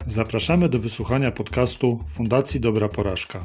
Zapraszamy do wysłuchania podcastu Fundacji Dobra Porażka.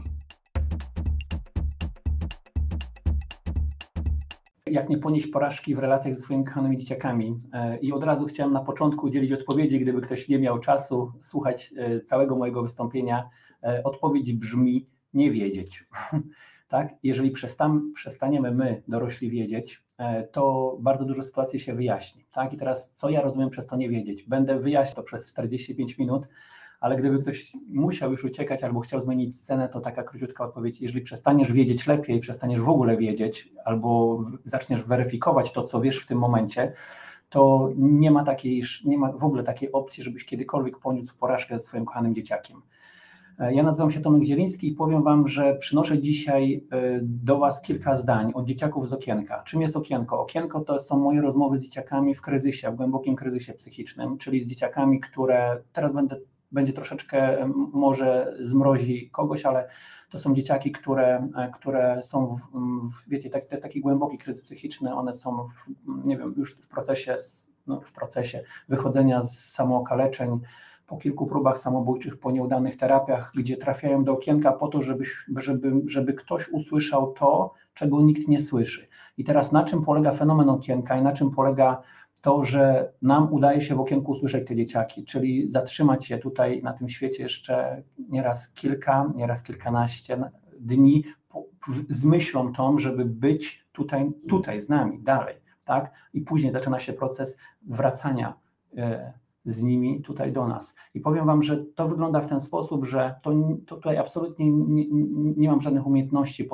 Jak nie ponieść porażki w relacjach ze swoimi kochanymi dzieciakami. I od razu chciałem na początku udzielić odpowiedzi, gdyby ktoś nie miał czasu słuchać całego mojego wystąpienia. Odpowiedź brzmi: nie wiedzieć. Tak? Jeżeli przestaniemy my, dorośli, wiedzieć, to bardzo dużo sytuacji się wyjaśni. Tak? I teraz co ja rozumiem przez to nie wiedzieć? Będę wyjaśniał to przez 45 minut, ale gdyby ktoś musiał już uciekać albo chciał zmienić scenę, to taka króciutka odpowiedź: jeżeli przestaniesz wiedzieć lepiej, przestaniesz w ogóle wiedzieć albo zaczniesz weryfikować to, co wiesz w tym momencie, to nie ma w ogóle takiej opcji, żebyś kiedykolwiek poniósł porażkę ze swoim kochanym dzieciakiem. Ja nazywam się Tomek Zieliński i powiem Wam, że przynoszę dzisiaj do Was kilka zdań od dzieciaków z okienka. Czym jest okienko? Okienko to są moje rozmowy z dzieciakami w kryzysie, w głębokim kryzysie psychicznym, czyli z dzieciakami, które teraz będzie troszeczkę, może zmrozi kogoś, ale to są dzieciaki, które są, wiecie, to jest taki głęboki kryzys psychiczny, one są, nie wiem, już w procesie wychodzenia z samookaleczeń, po kilku próbach samobójczych, po nieudanych terapiach, gdzie trafiają do okienka po to, żeby ktoś usłyszał to, czego nikt nie słyszy. I teraz na czym polega fenomen okienka i na czym polega to, że nam udaje się w okienku usłyszeć te dzieciaki, czyli zatrzymać się tutaj na tym świecie jeszcze nieraz kilkanaście dni z myślą tą, żeby być tutaj z nami dalej, tak? I później zaczyna się proces wracania z nimi tutaj do nas. I powiem Wam, że to wygląda w ten sposób, że to tutaj absolutnie nie mam żadnych umiejętności,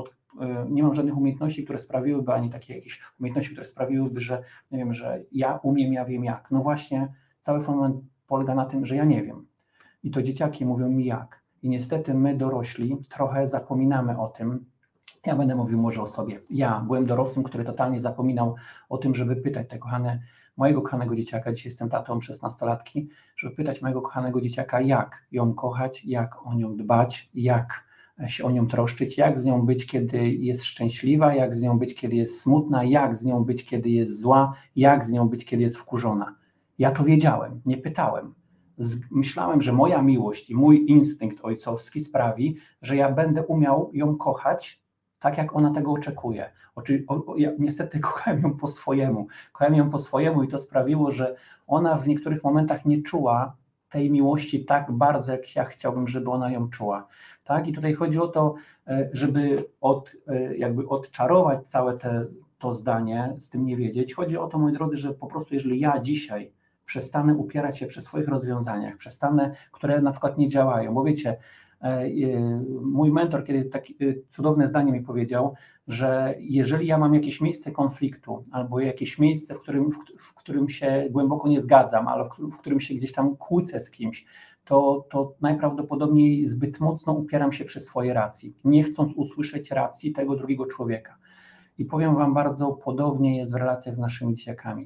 które sprawiłyby, ani takie jakieś umiejętności, które sprawiłyby, że nie wiem, że ja umiem, ja wiem jak. No właśnie, cały fenomen polega na tym, że ja nie wiem. I to dzieciaki mówią mi jak. I niestety my, dorośli, trochę zapominamy o tym. Ja będę mówił może o sobie. Ja byłem dorosłym, który totalnie zapominał o tym, żeby pytać mojego kochanego dzieciaka, dzisiaj jestem tatą 16-latki, żeby pytać mojego kochanego dzieciaka, jak ją kochać, jak o nią dbać, jak się o nią troszczyć, jak z nią być, kiedy jest szczęśliwa, jak z nią być, kiedy jest smutna, jak z nią być, kiedy jest zła, jak z nią być, kiedy jest wkurzona. Ja to wiedziałem, nie pytałem. Myślałem, że moja miłość i mój instynkt ojcowski sprawi, że ja będę umiał ją kochać tak, jak ona tego oczekuje. Ja niestety kochałem ją po swojemu i to sprawiło, że ona w niektórych momentach nie czuła tej miłości tak bardzo, jak ja chciałbym, żeby ona ją czuła. Tak? I tutaj chodzi o to, żeby odczarować całe to zdanie, z tym nie wiedzieć. Chodzi o to, moi drodzy, że po prostu jeżeli ja dzisiaj przestanę upierać się przy swoich rozwiązaniach, które na przykład nie działają, bo wiecie, mój mentor kiedyś takie cudowne zdanie mi powiedział, że jeżeli ja mam jakieś miejsce konfliktu albo jakieś miejsce, w którym się głęboko nie zgadzam, ale w którym się gdzieś tam kłócę z kimś, to najprawdopodobniej zbyt mocno upieram się przy swojej racji, nie chcąc usłyszeć racji tego drugiego człowieka. I powiem Wam, bardzo podobnie jest w relacjach z naszymi dzieciakami.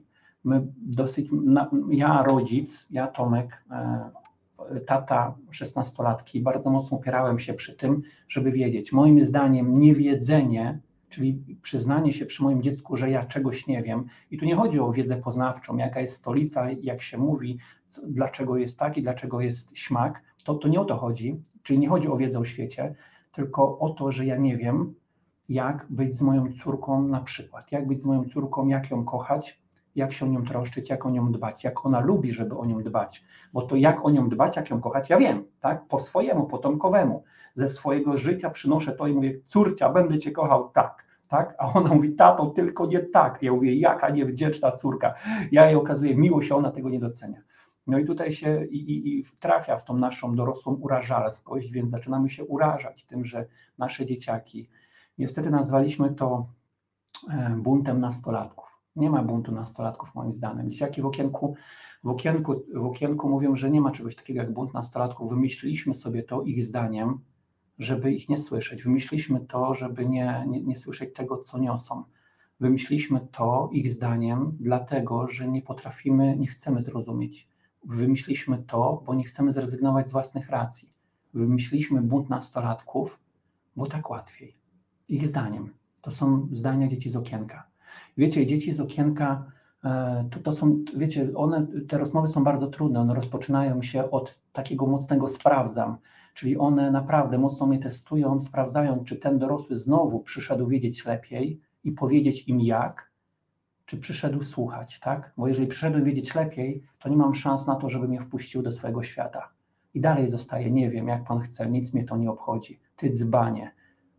Ja rodzic, ja Tomek, tata 16-latki, bardzo mocno upierałem się przy tym, żeby wiedzieć. Moim zdaniem niewiedzenie, czyli przyznanie się przy moim dziecku, że ja czegoś nie wiem, i tu nie chodzi o wiedzę poznawczą, jaka jest stolica, jak się mówi, dlaczego jest tak i dlaczego jest śmak, to nie o to chodzi, czyli nie chodzi o wiedzę o świecie, tylko o to, że ja nie wiem, jak być z moją córką na przykład, jak być z moją córką, jak ją kochać, jak się o nią troszczyć, jak o nią dbać, jak ona lubi, żeby o nią dbać, bo to jak o nią dbać, jak ją kochać, ja wiem, tak, po swojemu, potomkowemu, ze swojego życia przynoszę to i mówię: córcia, będę cię kochał tak, a ona mówi: tato, tylko nie tak. Ja mówię: jaka niewdzięczna córka, ja jej okazuję miłość, a ona tego nie docenia. No i tutaj się i trafia w tą naszą dorosłą urażalskość, więc zaczynamy się urażać tym, że nasze dzieciaki, niestety nazwaliśmy to buntem nastolatków. Nie ma buntu nastolatków, moim zdaniem. Dzieciaki w okienku mówią, że nie ma czegoś takiego jak bunt nastolatków. Wymyśliliśmy sobie to ich zdaniem, żeby ich nie słyszeć. Wymyśliliśmy to, żeby nie słyszeć tego, co niosą. Wymyśliliśmy to ich zdaniem dlatego, że nie chcemy zrozumieć. Wymyśliliśmy to, bo nie chcemy zrezygnować z własnych racji. Wymyśliliśmy bunt nastolatków, bo tak łatwiej. Ich zdaniem. To są zdania dzieci z okienka. Wiecie, dzieci z okienka To są, wiecie, te rozmowy są bardzo trudne, one rozpoczynają się od takiego mocnego sprawdzam, czyli one naprawdę mocno mnie testują, sprawdzają, czy ten dorosły znowu przyszedł wiedzieć lepiej i powiedzieć im jak, czy przyszedł słuchać, tak? Bo jeżeli przyszedłem wiedzieć lepiej, to nie mam szans na to, żeby mnie wpuścił do swojego świata. I dalej zostaje, nie wiem, jak pan chce, nic mnie to nie obchodzi. Ty dzbanie.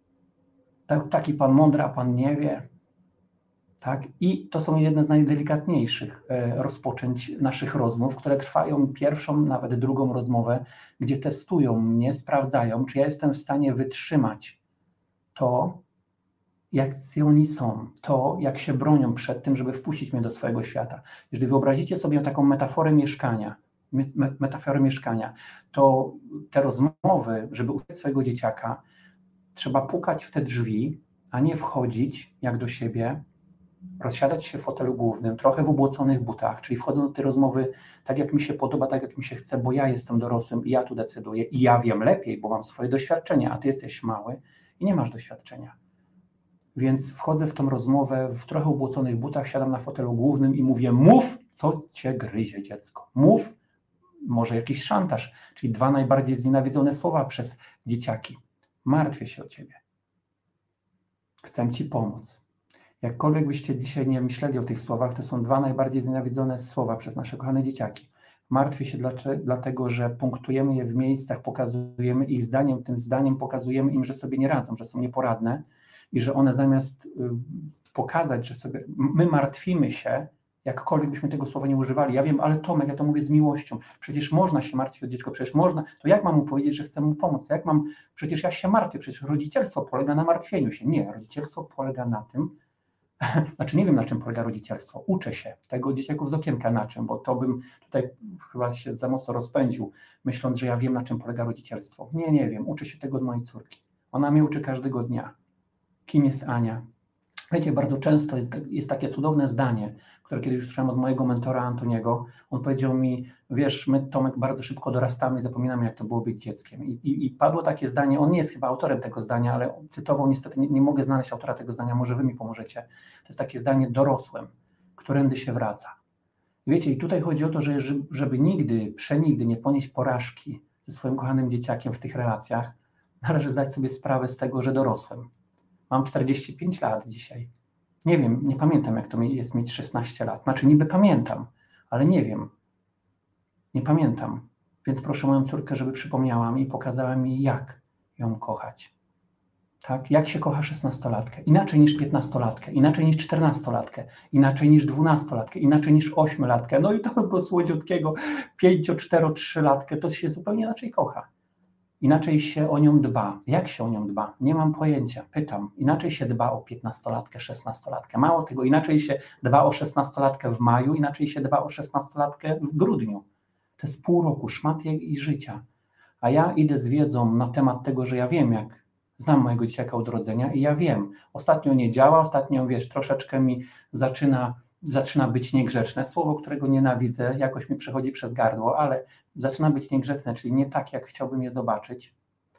Taki pan mądry, a pan nie wie. Tak? I to są jedne z najdelikatniejszych rozpoczęć naszych rozmów, które trwają pierwszą, nawet drugą rozmowę, gdzie testują mnie, sprawdzają, czy ja jestem w stanie wytrzymać to, jak oni są, to, jak się bronią przed tym, żeby wpuścić mnie do swojego świata. Jeżeli wyobrazicie sobie taką metaforę mieszkania, to te rozmowy, żeby uczyć swojego dzieciaka, trzeba pukać w te drzwi, a nie wchodzić jak do siebie, rozsiadać się w fotelu głównym, trochę w ubłoconych butach, czyli wchodząc do tej rozmowy tak, jak mi się podoba, tak, jak mi się chce, bo ja jestem dorosłym i ja tu decyduję i ja wiem lepiej, bo mam swoje doświadczenia, a ty jesteś mały i nie masz doświadczenia. Więc wchodzę w tą rozmowę w trochę ubłoconych butach, siadam na fotelu głównym i mówię, mów, co cię gryzie, dziecko. Mów, może jakiś szantaż, czyli 2 najbardziej znienawidzone słowa przez dzieciaki. Martwię się o ciebie. Chcę ci pomóc. Jakkolwiek byście dzisiaj nie myśleli o tych słowach, to są 2 najbardziej znienawidzone słowa przez nasze kochane dzieciaki. Martwię się dlatego, że punktujemy je w miejscach, pokazujemy ich zdaniem, tym zdaniem pokazujemy im, że sobie nie radzą, że są nieporadne i że one zamiast pokazać, że sobie my martwimy się, jakkolwiek byśmy tego słowa nie używali. Ja wiem, ale Tomek, ja to mówię z miłością. Przecież można się martwić o dziecko, przecież można. To jak mam mu powiedzieć, że chcę mu pomóc? To jak mam, przecież ja się martwię, przecież rodzicielstwo polega na martwieniu się. Nie, rodzicielstwo polega na tym, znaczy nie wiem, na czym polega rodzicielstwo. Uczę się tego dzieciaków z okienka na czym, bo to bym tutaj chyba się za mocno rozpędził, myśląc, że ja wiem, na czym polega rodzicielstwo. Nie wiem. Uczę się tego od mojej córki. Ona mnie uczy każdego dnia. Kim jest Ania? Wiecie, bardzo często jest takie cudowne zdanie, które kiedyś usłyszałem od mojego mentora Antoniego. On powiedział mi, wiesz, my, Tomek, bardzo szybko dorastamy i zapominamy, jak to było być dzieckiem. I padło takie zdanie, on nie jest chyba autorem tego zdania, ale cytował, niestety nie mogę znaleźć autora tego zdania, może wy mi pomożecie. To jest takie zdanie, dorosłem, którędy się wraca. Wiecie, i tutaj chodzi o to, że żeby nigdy, przenigdy nie ponieść porażki ze swoim kochanym dzieciakiem w tych relacjach, należy zdać sobie sprawę z tego, że dorosłem. Mam 45 lat dzisiaj. Nie wiem, nie pamiętam, jak to jest mieć 16 lat. Znaczy niby pamiętam, ale nie wiem. Nie pamiętam. Więc proszę moją córkę, żeby przypomniała mi i pokazała mi, jak ją kochać. Tak? Jak się kocha 16-latkę? Inaczej niż 15-latkę, inaczej niż 14-latkę, inaczej niż 12-latkę, inaczej niż 8-latkę. No i tego słodziutkiego 5, 4, 3-latkę, to się zupełnie inaczej kocha. Inaczej się o nią dba. Jak się o nią dba? Nie mam pojęcia. Pytam. Inaczej się dba o 15-latkę, 16-latkę. Mało tego, inaczej się dba o 16-latkę w maju, inaczej się dba o 16-latkę w grudniu. To jest pół roku, szmat jej życia. A ja idę z wiedzą na temat tego, że ja wiem, jak znam mojego dzieciaka od urodzenia i ja wiem. Ostatnio nie działa, ostatnio, wiesz, troszeczkę mi zaczyna być niegrzeczne. Słowo, którego nienawidzę, jakoś mi przechodzi przez gardło, ale zaczyna być niegrzeczne, czyli nie tak, jak chciałbym je zobaczyć.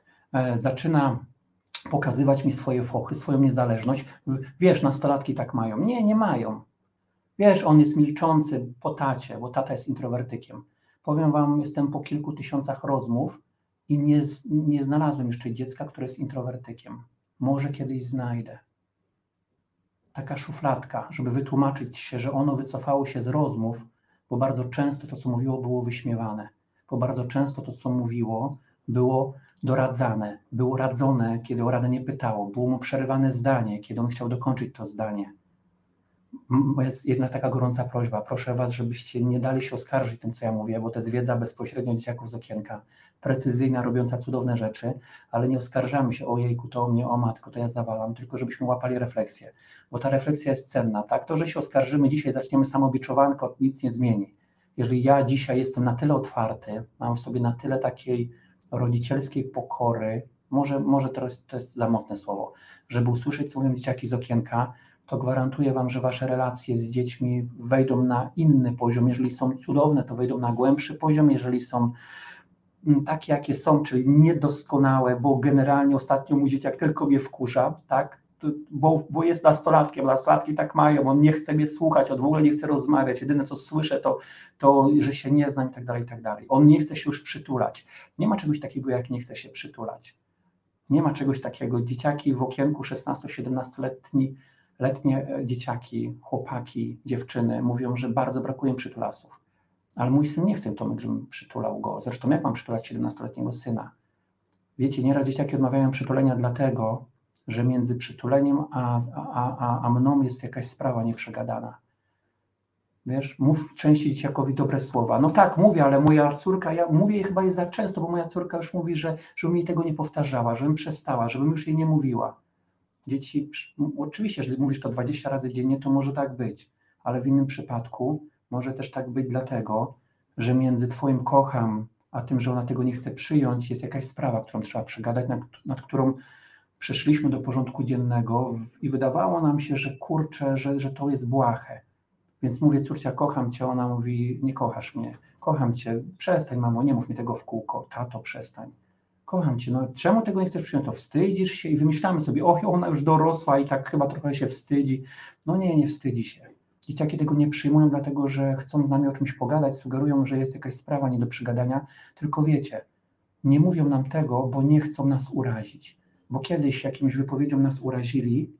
Zaczyna pokazywać mi swoje fochy, swoją niezależność. Wiesz, nastolatki tak mają. Nie mają. Wiesz, on jest milczący po tacie, bo tata jest introwertykiem. Powiem wam, jestem po kilku tysiącach rozmów i nie znalazłem jeszcze dziecka, które jest introwertykiem. Może kiedyś znajdę. Taka szufladka, żeby wytłumaczyć się, że ono wycofało się z rozmów, bo bardzo często to, co mówiło, było wyśmiewane, bo bardzo często to, co mówiło, było doradzane, było radzone, kiedy o radę nie pytało, było mu przerywane zdanie, kiedy on chciał dokończyć to zdanie. Jest jedna taka gorąca prośba, proszę was, żebyście nie dali się oskarżyć tym, co ja mówię, bo to jest wiedza bezpośrednio dzieciaków z okienka, precyzyjna, robiąca cudowne rzeczy, ale nie oskarżamy się, o jejku, to o mnie, o matko, to ja zawalam, tylko żebyśmy łapali refleksję, bo ta refleksja jest cenna, tak? To, że się oskarżymy dzisiaj, zaczniemy samobiczowanko, nic nie zmieni. Jeżeli ja dzisiaj jestem na tyle otwarty, mam w sobie na tyle takiej rodzicielskiej pokory, może to jest za mocne słowo, żeby usłyszeć, co mówią dzieciaki z okienka, to gwarantuję wam, że wasze relacje z dziećmi wejdą na inny poziom. Jeżeli są cudowne, to wejdą na głębszy poziom. Jeżeli są takie, jakie są, czyli niedoskonałe, bo generalnie ostatnio mój dzieciak tylko mnie wkurza, tak? bo jest nastolatkiem, nastolatki tak mają, on nie chce mnie słuchać, on w ogóle nie chce rozmawiać, jedyne co słyszę to że się nie znam i tak dalej, i tak dalej. On nie chce się już przytulać. Nie ma czegoś takiego, jak nie chce się przytulać. Nie ma czegoś takiego. Dzieciaki w okienku 16-17-letnie dzieciaki, chłopaki, dziewczyny mówią, że bardzo brakuje im przytulasów. Ale mój syn nie chce, Tomek, żebym przytulał go. Zresztą jak mam przytulać 17-letniego syna? Wiecie, nieraz dzieciaki odmawiają przytulenia dlatego, że między przytuleniem a mną jest jakaś sprawa nieprzegadana. Wiesz, mów częściej dzieciakowi dobre słowa. No tak, mówię, ale moja córka, ja mówię jej chyba jest za często, bo moja córka już mówi, żebym jej tego nie powtarzała, żebym przestała, żebym już jej nie mówiła. Dzieci, oczywiście, jeżeli mówisz to 20 razy dziennie, to może tak być, ale w innym przypadku może też tak być dlatego, że między twoim kocham, a tym, że ona tego nie chce przyjąć, jest jakaś sprawa, którą trzeba przegadać, nad którą przeszliśmy do porządku dziennego i wydawało nam się, że kurczę, że to jest błahe. Więc mówię, córcia, kocham cię, ona mówi, nie kochasz mnie, kocham cię, przestań mamo, nie mów mi tego w kółko, tato, przestań. Kocham cię, no czemu tego nie chcesz przyjąć, to wstydzisz się i wymyślamy sobie, och, ona już dorosła i tak chyba trochę się wstydzi. No nie wstydzi się. Dzieciaki tego nie przyjmują, dlatego że chcą z nami o czymś pogadać, sugerują, że jest jakaś sprawa nie do przegadania, tylko wiecie, nie mówią nam tego, bo nie chcą nas urazić, bo kiedyś jakimś wypowiedzią nas urazili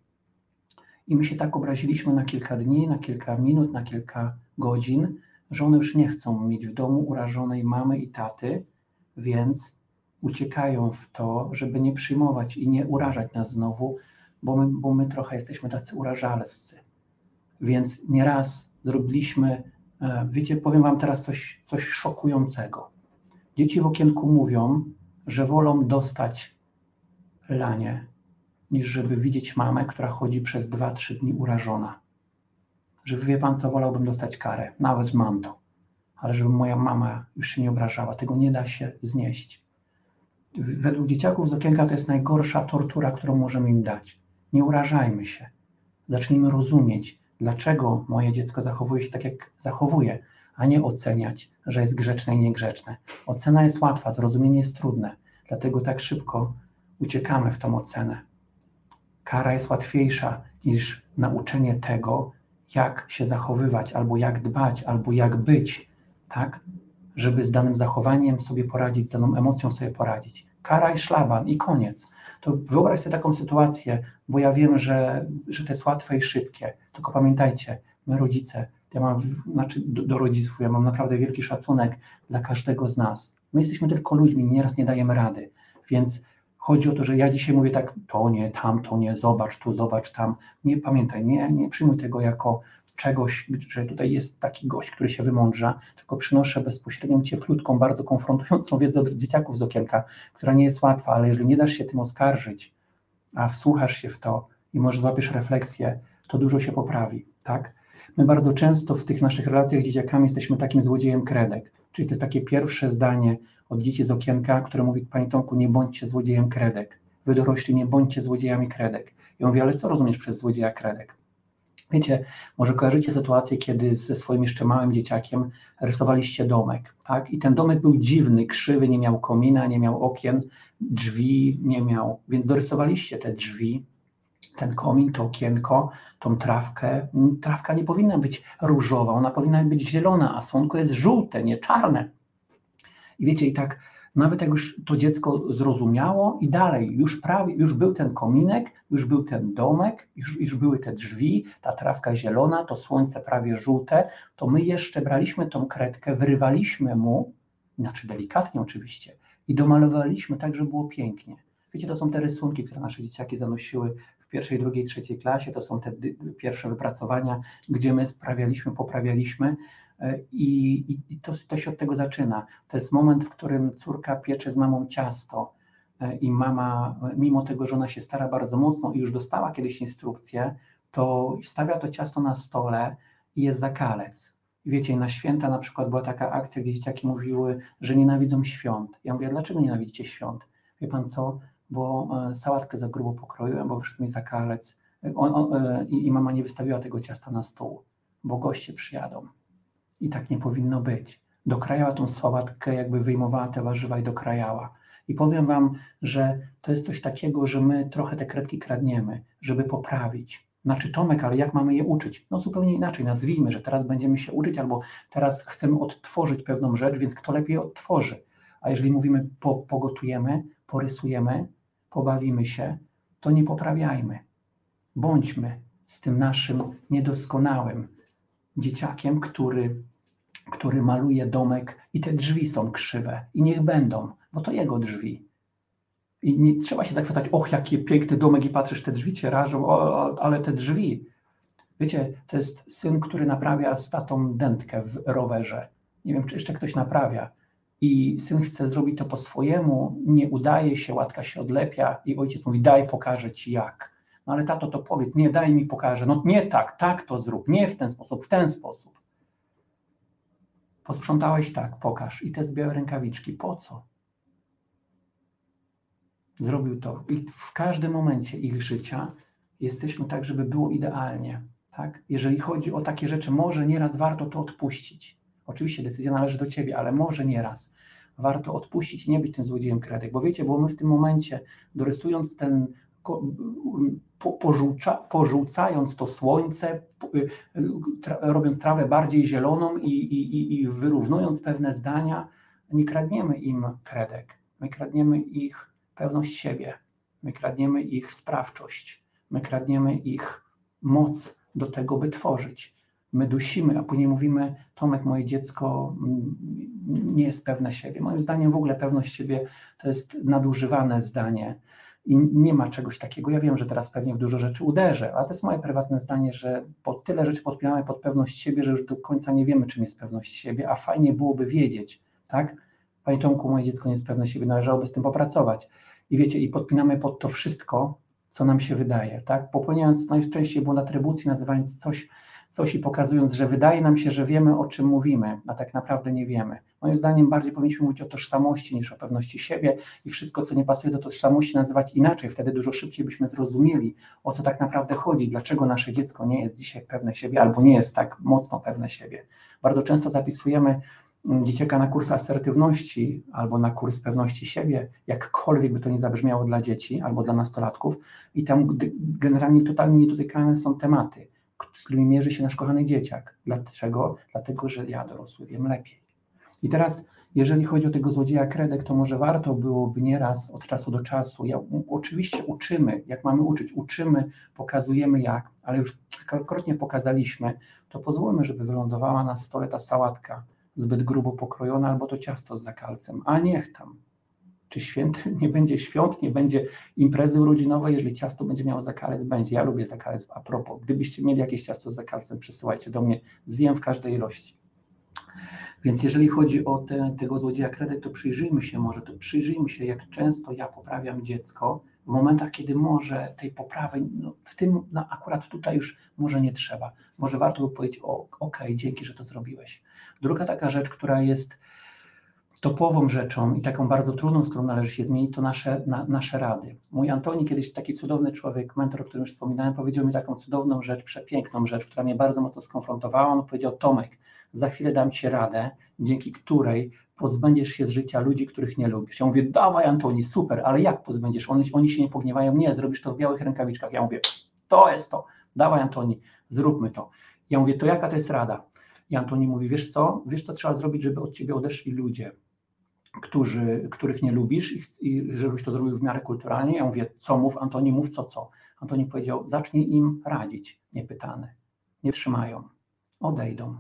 i my się tak obraziliśmy na kilka dni, na kilka minut, na kilka godzin, że one już nie chcą mieć w domu urażonej mamy i taty, więc uciekają w to, żeby nie przyjmować i nie urażać nas znowu, bo my trochę jesteśmy tacy urażalscy. Więc nieraz zrobiliśmy, wiecie, powiem wam teraz coś szokującego. Dzieci w okienku mówią, że wolą dostać lanie, niż żeby widzieć mamę, która chodzi przez 2-3 dni urażona. Że wie pan co, wolałbym dostać karę, nawet mam to, ale żeby moja mama już się nie obrażała, tego nie da się znieść. Według dzieciaków z okienka to jest najgorsza tortura, którą możemy im dać. Nie urażajmy się. Zacznijmy rozumieć, dlaczego moje dziecko zachowuje się tak, jak zachowuje, a nie oceniać, że jest grzeczne i niegrzeczne. Ocena jest łatwa, zrozumienie jest trudne, dlatego tak szybko uciekamy w tą ocenę. Kara jest łatwiejsza niż nauczenie tego, jak się zachowywać, albo jak dbać, albo jak być, tak? Żeby z danym zachowaniem sobie poradzić, z daną emocją sobie poradzić. Kara i szlaban i koniec. To wyobraź sobie taką sytuację, bo ja wiem, że to jest łatwe i szybkie, tylko pamiętajcie, my rodzice, do rodziców, ja mam naprawdę wielki szacunek dla każdego z nas. My jesteśmy tylko ludźmi, nieraz nie dajemy rady, więc chodzi o to, że ja dzisiaj mówię tak, to nie, tam, to nie, zobacz tu, zobacz tam. Nie pamiętaj, nie przyjmuj tego jako czegoś, że tutaj jest taki gość, który się wymądrza, tylko przynoszę bezpośrednią, cieplutką, bardzo konfrontującą wiedzę od dzieciaków z okienka, która nie jest łatwa, ale jeżeli nie dasz się tym oskarżyć, a wsłuchasz się w to i może złapiesz refleksję, to dużo się poprawi, tak? My bardzo często w tych naszych relacjach z dzieciakami jesteśmy takim złodziejem kredek, czyli to jest takie pierwsze zdanie od dzieci z okienka, które mówi, Panie Tomku, nie bądźcie złodziejem kredek, wy dorośli nie bądźcie złodziejami kredek. Ja mówię, ale co rozumiesz przez złodzieja kredek? Wiecie, może kojarzycie sytuację, kiedy ze swoim jeszcze małym dzieciakiem rysowaliście domek, tak? I ten domek był dziwny, krzywy, nie miał komina, nie miał okien, drzwi nie miał, więc dorysowaliście te drzwi, ten komin, to okienko, tą trawkę. Trawka nie powinna być różowa, ona powinna być zielona, a słonko jest żółte, nie czarne. I wiecie, i tak nawet jak już to dziecko zrozumiało i dalej, już był ten kominek, już był ten domek, już były te drzwi, ta trawka zielona, to słońce prawie żółte, to my jeszcze braliśmy tą kredkę, wyrywaliśmy mu, znaczy delikatnie oczywiście, i domalowaliśmy tak, żeby było pięknie. Wiecie, to są te rysunki, które nasze dzieciaki zanosiły w 1., 2., 3. klasie, to są te pierwsze wypracowania, gdzie my sprawialiśmy, poprawialiśmy i to się od tego zaczyna. To jest moment, w którym córka piecze z mamą ciasto i mama, mimo tego, że ona się stara bardzo mocno i już dostała kiedyś instrukcję, to stawia to ciasto na stole i jest zakalec. Wiecie, na święta na przykład była taka akcja, gdzie dzieciaki mówiły, że nienawidzą świąt. Ja mówię, dlaczego nienawidzicie świąt? Wie pan co? Bo sałatkę za grubo pokroiłem, bo wyszedł mi zakalec i mama nie wystawiła tego ciasta na stół, bo goście przyjadą. I tak nie powinno być. Dokrajała tą sałatkę, jakby wyjmowała te warzywa i dokrajała. I powiem wam, że to jest coś takiego, że my trochę te kredki kradniemy, żeby poprawić. Znaczy, Tomek, ale jak mamy je uczyć? No zupełnie inaczej, nazwijmy, że teraz będziemy się uczyć, albo teraz chcemy odtworzyć pewną rzecz, więc kto lepiej odtworzy? A jeżeli mówimy pogotujemy, porysujemy, pobawimy się, to nie poprawiajmy. Bądźmy z tym naszym niedoskonałym dzieciakiem, który maluje domek i te drzwi są krzywe i niech będą, bo to jego drzwi. I nie trzeba się zachwycać, och, jaki piękny domek i patrzysz, te drzwi cię rażą, ale te drzwi. Wiecie, to jest syn, który naprawia z tatą dętkę w rowerze. Nie wiem, czy jeszcze ktoś naprawia. I syn chce zrobić to po swojemu, nie udaje się, łatka się odlepia i ojciec mówi, daj, pokażę ci jak. No ale tato, to powiedz, nie, daj mi pokażę. No nie tak to zrób, nie w ten sposób. Posprzątałeś tak, pokaż. I te białe rękawiczki, po co? Zrobił to. I w każdym momencie ich życia jesteśmy tak, żeby było idealnie. Tak? Jeżeli chodzi o takie rzeczy, może nieraz warto to odpuścić. Oczywiście decyzja należy do ciebie, ale może nieraz warto odpuścić i nie być tym złodziejem kredek. Bo wiecie, bo my w tym momencie, dorysując ten, porzucając to słońce, robiąc trawę bardziej zieloną i wyrównując pewne zdania, nie kradniemy im kredek. My kradniemy ich pewność siebie. My kradniemy ich sprawczość. My kradniemy ich moc do tego, by tworzyć. My dusimy, a później mówimy, Tomek, moje dziecko nie jest pewne siebie. Moim zdaniem w ogóle pewność siebie to jest nadużywane zdanie i nie ma czegoś takiego. Ja wiem, że teraz pewnie w dużo rzeczy uderzę, ale to jest moje prywatne zdanie, że tyle rzeczy podpinamy pod pewność siebie, że już do końca nie wiemy, czym jest pewność siebie, a fajnie byłoby wiedzieć, tak? Panie Tomku, moje dziecko nie jest pewne siebie, należałoby z tym popracować. I wiecie, i podpinamy pod to wszystko, co nam się wydaje, tak? Popełniając najczęściej błąd atrybucji, nazywając coś i pokazując, że wydaje nam się, że wiemy, o czym mówimy, a tak naprawdę nie wiemy. Moim zdaniem bardziej powinniśmy mówić o tożsamości niż o pewności siebie i wszystko, co nie pasuje do tożsamości, nazywać inaczej. Wtedy dużo szybciej byśmy zrozumieli, o co tak naprawdę chodzi, dlaczego nasze dziecko nie jest dzisiaj pewne siebie albo nie jest tak mocno pewne siebie. Bardzo często zapisujemy dzieciaka na kurs asertywności albo na kurs pewności siebie, jakkolwiek by to nie zabrzmiało dla dzieci albo dla nastolatków i tam generalnie totalnie niedotykane są tematy, z którymi mierzy się nasz kochany dzieciak. Dlaczego? Dlatego, że ja dorosły wiem lepiej. I teraz, jeżeli chodzi o tego złodzieja kredek, to może warto byłoby nieraz od czasu do czasu, oczywiście uczymy, jak mamy uczymy, pokazujemy jak, ale już kilkakrotnie pokazaliśmy, to pozwólmy, żeby wylądowała na stole ta sałatka zbyt grubo pokrojona albo to ciasto z zakalcem, a niech tam. Czy święty nie będzie świąt, nie będzie imprezy urodzinowej, jeżeli ciasto będzie miało zakalec, będzie. Ja lubię zakalec, a propos, gdybyście mieli jakieś ciasto z zakalcem, przysyłajcie do mnie, zjem w każdej ilości. Więc jeżeli chodzi o tego złodzieja kredek, to przyjrzyjmy się, jak często ja poprawiam dziecko w momentach, kiedy może tej poprawy, w tym akurat tutaj już może nie trzeba. Może warto by powiedzieć, okej, dzięki, że to zrobiłeś. Druga taka rzecz, która jest topową rzeczą i taką bardzo trudną, z którą należy się zmienić, to nasze rady. Mój Antoni, kiedyś taki cudowny człowiek, mentor, o którym już wspominałem, powiedział mi taką cudowną rzecz, przepiękną rzecz, która mnie bardzo mocno skonfrontowała. On powiedział, Tomek, za chwilę dam ci radę, dzięki której pozbędziesz się z życia ludzi, których nie lubisz. Ja mówię, dawaj Antoni, super, ale jak pozbędziesz? Oni się nie pogniewają, nie, zrobisz to w białych rękawiczkach. Ja mówię, to jest to, dawaj Antoni, zróbmy to. Ja mówię, to jaka to jest rada? I Antoni mówi, wiesz co trzeba zrobić, żeby od ciebie odeszli ludzie, których nie lubisz i żebyś to zrobił w miarę kulturalnie. Ja mówię, co mów? Antoni, mów co? Antoni powiedział, zacznij im radzić, niepytany. Nie trzymają, odejdą.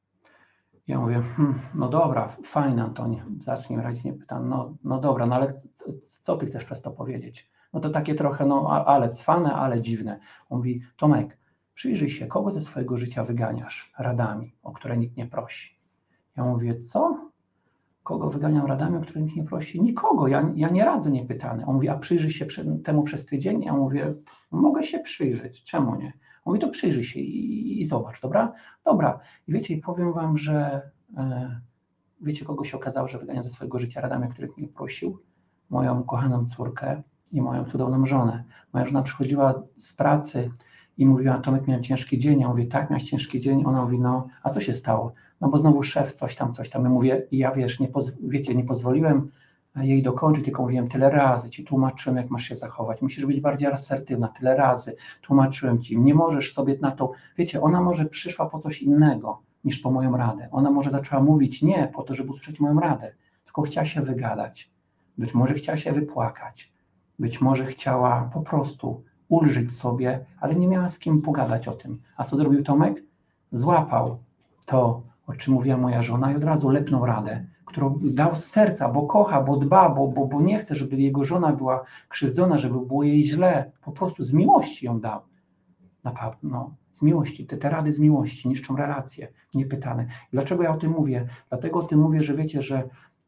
Ja mówię, no dobra, fajnie Antoni, zacznij im radzić, niepytany. No dobra, no ale co ty chcesz przez to powiedzieć? No to takie trochę, ale cwane, ale dziwne. On mówi, Tomek, przyjrzyj się, kogo ze swojego życia wyganiasz radami, o które nikt nie prosi. Ja mówię, co? Kogo wyganiam radami, o które nikt nie prosi? Nikogo, ja nie radzę niepytany. On mówi, a przyjrzyj się temu przez tydzień? Ja mówię, mogę się przyjrzeć, czemu nie? On mówi, to przyjrzyj się i zobacz, dobra? Dobra. I wiecie, i powiem wam, że wiecie, kogo się okazało, że wyganiam ze swojego życia radami, o których nie prosił? Moją kochaną córkę i moją cudowną żonę. Moja żona przychodziła z pracy i mówiła, Tomek, miałem ciężki dzień. Ja mówię, tak, miałeś ciężki dzień. Ona mówi, no, a co się stało? No bo znowu szef coś tam. Ja mówię, ja wiesz, nie pozwoliłem jej dokończyć, tylko mówiłem tyle razy, ci tłumaczyłem, jak masz się zachować, musisz być bardziej asertywna, tyle razy tłumaczyłem ci, nie możesz sobie na to, wiecie, ona może przyszła po coś innego niż po moją radę, ona może zaczęła mówić nie po to, żeby usłyszeć moją radę, tylko chciała się wygadać, być może chciała się wypłakać, być może chciała po prostu ulżyć sobie, ale nie miała z kim pogadać o tym. A co zrobił Tomek? Złapał to, o czym mówiła moja żona i od razu lepnął radę, którą dał z serca, bo kocha, bo dba, bo nie chce, żeby jego żona była krzywdzona, żeby było jej źle. Po prostu z miłości ją dał. Naprawdę, no, z miłości. Te rady z miłości niszczą relacje, niepytane. Dlaczego ja o tym mówię? Dlatego o tym mówię, że wiecie, że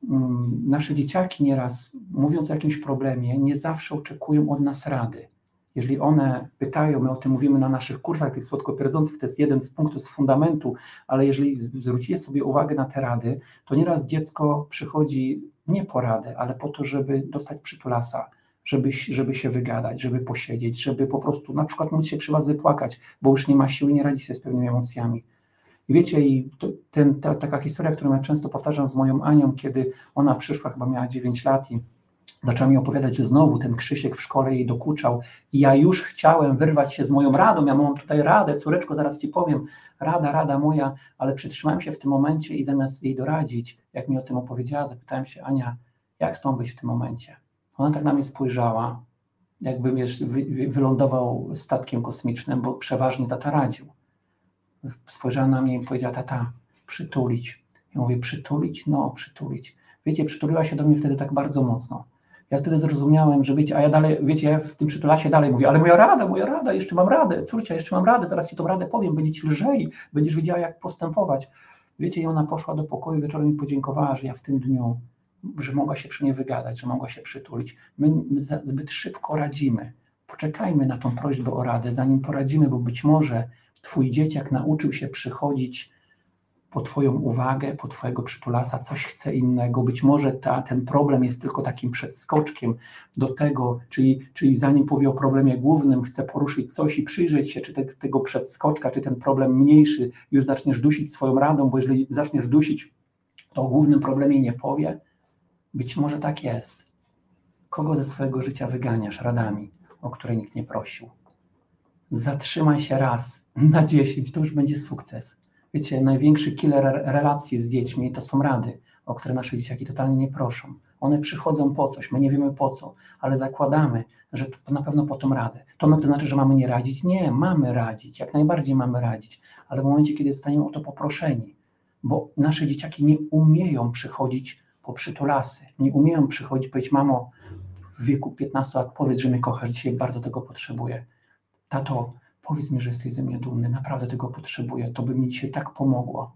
nasze dzieciaki nieraz, mówiąc o jakimś problemie, nie zawsze oczekują od nas rady. Jeżeli one pytają, my o tym mówimy na naszych kursach tych słodkopierdzących, to jest jeden z punktów z fundamentu, ale jeżeli zwrócicie sobie uwagę na te rady, to nieraz dziecko przychodzi nie po radę, ale po to, żeby dostać przytulasa, żeby się wygadać, żeby posiedzieć, żeby po prostu na przykład móc się przy was wypłakać, bo już nie ma siły i nie radzi sobie z pewnymi emocjami. I wiecie, taka historia, którą ja często powtarzam z moją Anią, kiedy ona przyszła, chyba miała 9 lat i zaczęła mi opowiadać, że znowu ten Krzysiek w szkole jej dokuczał i ja już chciałem wyrwać się z moją radą, ja mam tutaj radę, córeczko, zaraz ci powiem, rada moja, ale przytrzymałem się w tym momencie i zamiast jej doradzić, jak mi o tym opowiedziała, zapytałem się, Ania, jak z tą być w tym momencie? Ona tak na mnie spojrzała, jakby wiesz, wylądował statkiem kosmicznym, bo przeważnie tata radził. Spojrzała na mnie i powiedziała, tata, przytulić. Ja mówię, przytulić? No, przytulić. Wiecie, przytuliła się do mnie wtedy tak bardzo mocno. Ja wtedy zrozumiałem, że wiecie, a ja dalej, wiecie, ja w tym przytulasie dalej mówię, ale moja rada, jeszcze mam radę, córcia, jeszcze mam radę, zaraz ci tą radę powiem, będzie ci lżej, będziesz wiedziała, jak postępować. Wiecie, i ona poszła do pokoju, wieczorem mi podziękowała, że ja w tym dniu, że mogła się przy niej wygadać, że mogła się przytulić. My zbyt szybko radzimy. Poczekajmy na tą prośbę o radę, zanim poradzimy, bo być może twój dzieciak nauczył się przychodzić po twoją uwagę, po twojego przytulasa, coś chce innego. Być może ten problem jest tylko takim przedskoczkiem do tego, czyli zanim powie o problemie głównym, chce poruszyć coś i przyjrzeć się, czy tego przedskoczka, czy ten problem mniejszy już zaczniesz dusić swoją radą, bo jeżeli zaczniesz dusić, to o głównym problemie nie powie. Być może tak jest. Kogo ze swojego życia wyganiasz radami, o które nikt nie prosił? Zatrzymaj się raz na 10, to już będzie sukces. Wiecie, największy killer relacji z dziećmi to są rady, o które nasze dzieciaki totalnie nie proszą. One przychodzą po coś, my nie wiemy po co, ale zakładamy, że to na pewno po tą radę. To znaczy, że mamy nie radzić? Nie, mamy radzić, jak najbardziej mamy radzić, ale w momencie, kiedy zostaniemy o to poproszeni, bo nasze dzieciaki nie umieją przychodzić po przytulasy, nie umieją przychodzić, powiedzieć, mamo, w wieku 15 lat powiedz, że mnie kochasz, dzisiaj bardzo tego potrzebuję. Tato, powiedz mi, że jesteś ze mnie dumny, naprawdę tego potrzebuję, to by mi dzisiaj tak pomogło.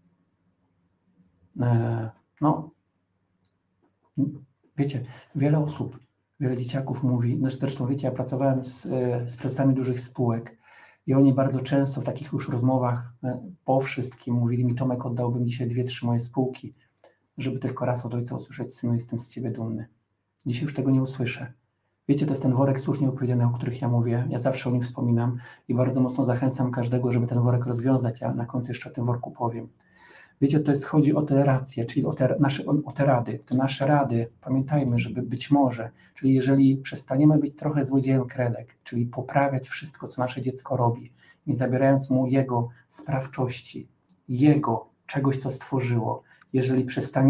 No, wiecie, wiele osób, wiele dzieciaków mówi, zresztą wiecie, ja pracowałem z prezesami dużych spółek i oni bardzo często w takich już rozmowach po wszystkim mówili mi, Tomek, oddałbym dzisiaj 2-3 moje spółki, żeby tylko raz od ojca usłyszeć, synu, jestem z ciebie dumny. Dzisiaj już tego nie usłyszę. Wiecie, to jest ten worek słów nieopowiedzianych, o których ja mówię. Ja zawsze o nim wspominam i bardzo mocno zachęcam każdego, żeby ten worek rozwiązać. Ja na końcu jeszcze o tym worku powiem. Wiecie, to jest, chodzi o te racje, czyli o te rady. Te nasze rady, pamiętajmy, żeby być może, czyli jeżeli przestaniemy być trochę złodziejem kredek, czyli poprawiać wszystko, co nasze dziecko robi, nie zabierając mu jego sprawczości, jego czegoś, co stworzyło, jeżeli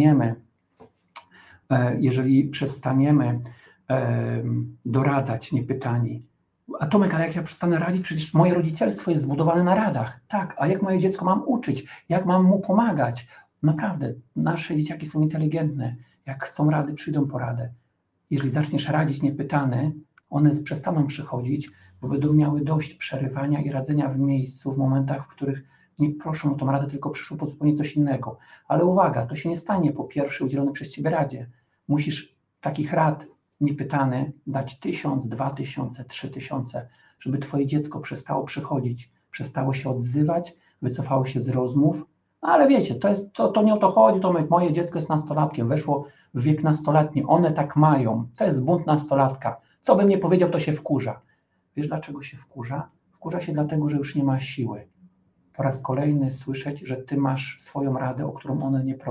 przestaniemy doradzać niepytani. A Tomek, ale jak ja przestanę radzić, przecież moje rodzicielstwo jest zbudowane na radach. Tak, a jak moje dziecko mam uczyć? Jak mam mu pomagać? Naprawdę, nasze dzieciaki są inteligentne. Jak chcą rady, przyjdą po radę. Jeżeli zaczniesz radzić niepytany, one przestaną przychodzić, bo będą miały dość przerywania i radzenia w miejscu, w momentach, w których nie proszą o tą radę, tylko przyszło po zupełnie coś innego. Ale uwaga, to się nie stanie po pierwszej udzielonej przez ciebie radzie. Musisz takich rad niepytany dać 1000, 2000, 3000, żeby twoje dziecko przestało przychodzić, przestało się odzywać, wycofało się z rozmów. No ale wiecie, to nie o to chodzi, to moje dziecko jest nastolatkiem, weszło w wiek nastoletni, one tak mają, to jest bunt nastolatka. Co bym nie powiedział, to się wkurza. Wiesz, dlaczego się wkurza? Wkurza się dlatego, że już nie ma siły. Po raz kolejny słyszeć, że ty masz swoją radę, o którą ona nie prosi.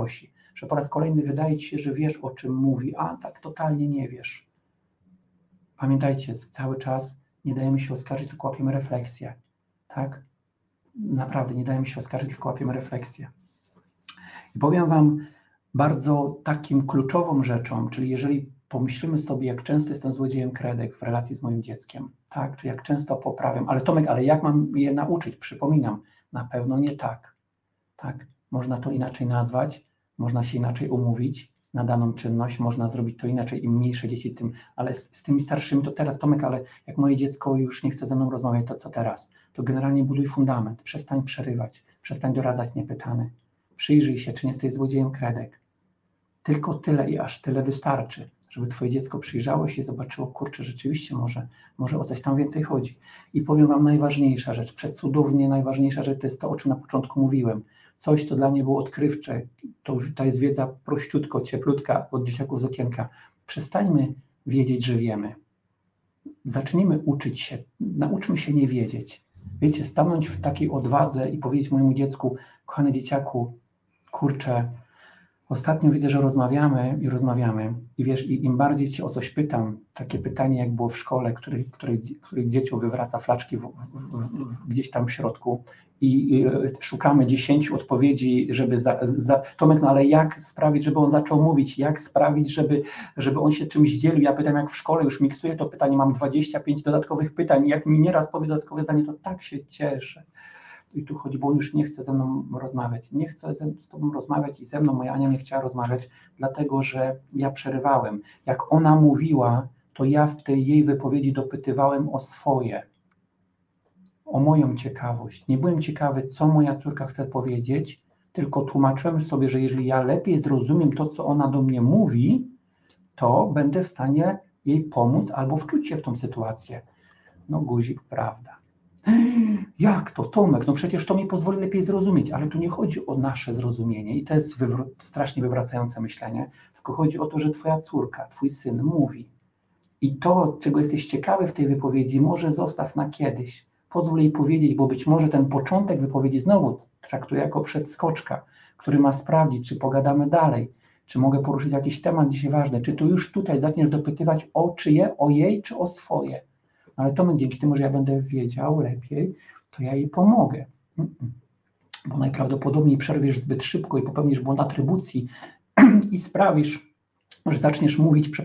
że po raz kolejny wydaje ci się, że wiesz, o czym mówi, a tak totalnie nie wiesz. Pamiętajcie, cały czas nie dajemy się oskarżyć, tylko łapiemy refleksję. Tak? Naprawdę, nie dajemy się oskarżyć, tylko łapiemy refleksję. I powiem wam bardzo takim kluczową rzeczą, czyli jeżeli pomyślimy sobie, jak często jestem złodziejem kredek w relacji z moim dzieckiem, tak? Czy jak często poprawiam, ale Tomek, ale jak mam je nauczyć? Przypominam, na pewno nie tak. Tak? Można to inaczej nazwać, można się inaczej umówić na daną czynność, można zrobić to inaczej, im mniejsze dzieci, tym, ale z tymi starszymi to teraz, Tomek, ale jak moje dziecko już nie chce ze mną rozmawiać, to co teraz? To generalnie buduj fundament, przestań przerywać, przestań doradzać niepytany, przyjrzyj się, czy nie jesteś złodziejem kredek. Tylko tyle i aż tyle wystarczy, żeby twoje dziecko przyjrzało się i zobaczyło, kurczę, rzeczywiście może o coś tam więcej chodzi. I powiem wam najważniejsza rzecz, przecudownie najważniejsza rzecz to jest to, o czym na początku mówiłem. Coś, co dla mnie było odkrywcze, to jest wiedza prościutko, cieplutka od dzieciaków z okienka. Przestańmy wiedzieć, że wiemy. Zacznijmy uczyć się, nauczmy się nie wiedzieć. Wiecie, stanąć w takiej odwadze i powiedzieć mojemu dziecku, kochany dzieciaku, kurczę, ostatnio widzę, że rozmawiamy i wiesz, im bardziej cię o coś pytam, takie pytanie jak było w szkole, których dzieciom wywraca flaczki gdzieś tam w środku i szukamy 10 odpowiedzi, żeby Tomek, no ale jak sprawić, żeby on zaczął mówić, jak sprawić, żeby on się czymś dzielił, ja pytam jak w szkole, już miksuję to pytanie, mam 25 dodatkowych pytań, jak mi nieraz powie dodatkowe zdanie, to tak się cieszę. I tu chodzi, bo on już nie chce ze mną rozmawiać. Nie chce z tobą rozmawiać i ze mną moja Ania nie chciała rozmawiać, dlatego że ja przerywałem. Jak ona mówiła, to ja w tej jej wypowiedzi dopytywałem o swoje, o moją ciekawość. Nie byłem ciekawy, co moja córka chce powiedzieć, tylko tłumaczyłem sobie, że jeżeli ja lepiej zrozumiem to, co ona do mnie mówi, to będę w stanie jej pomóc albo wczuć się w tą sytuację. No guzik, prawda. Jak to, Tomek? No przecież to mi pozwoli lepiej zrozumieć, ale tu nie chodzi o nasze zrozumienie i to jest strasznie wywracające myślenie, tylko chodzi o to, że twoja córka, twój syn mówi i to, czego jesteś ciekawy w tej wypowiedzi, może zostaw na kiedyś. Pozwól jej powiedzieć, bo być może ten początek wypowiedzi znowu traktuję jako przedskoczka, który ma sprawdzić, czy pogadamy dalej, czy mogę poruszyć jakiś temat dzisiaj ważny, czy tu już tutaj zaczniesz dopytywać o czyje, o jej, czy o swoje. Ale Tomek, dzięki temu, że ja będę wiedział lepiej, to ja jej pomogę. Bo najprawdopodobniej przerwiesz zbyt szybko i popełnisz błąd atrybucji i sprawisz, że zaczniesz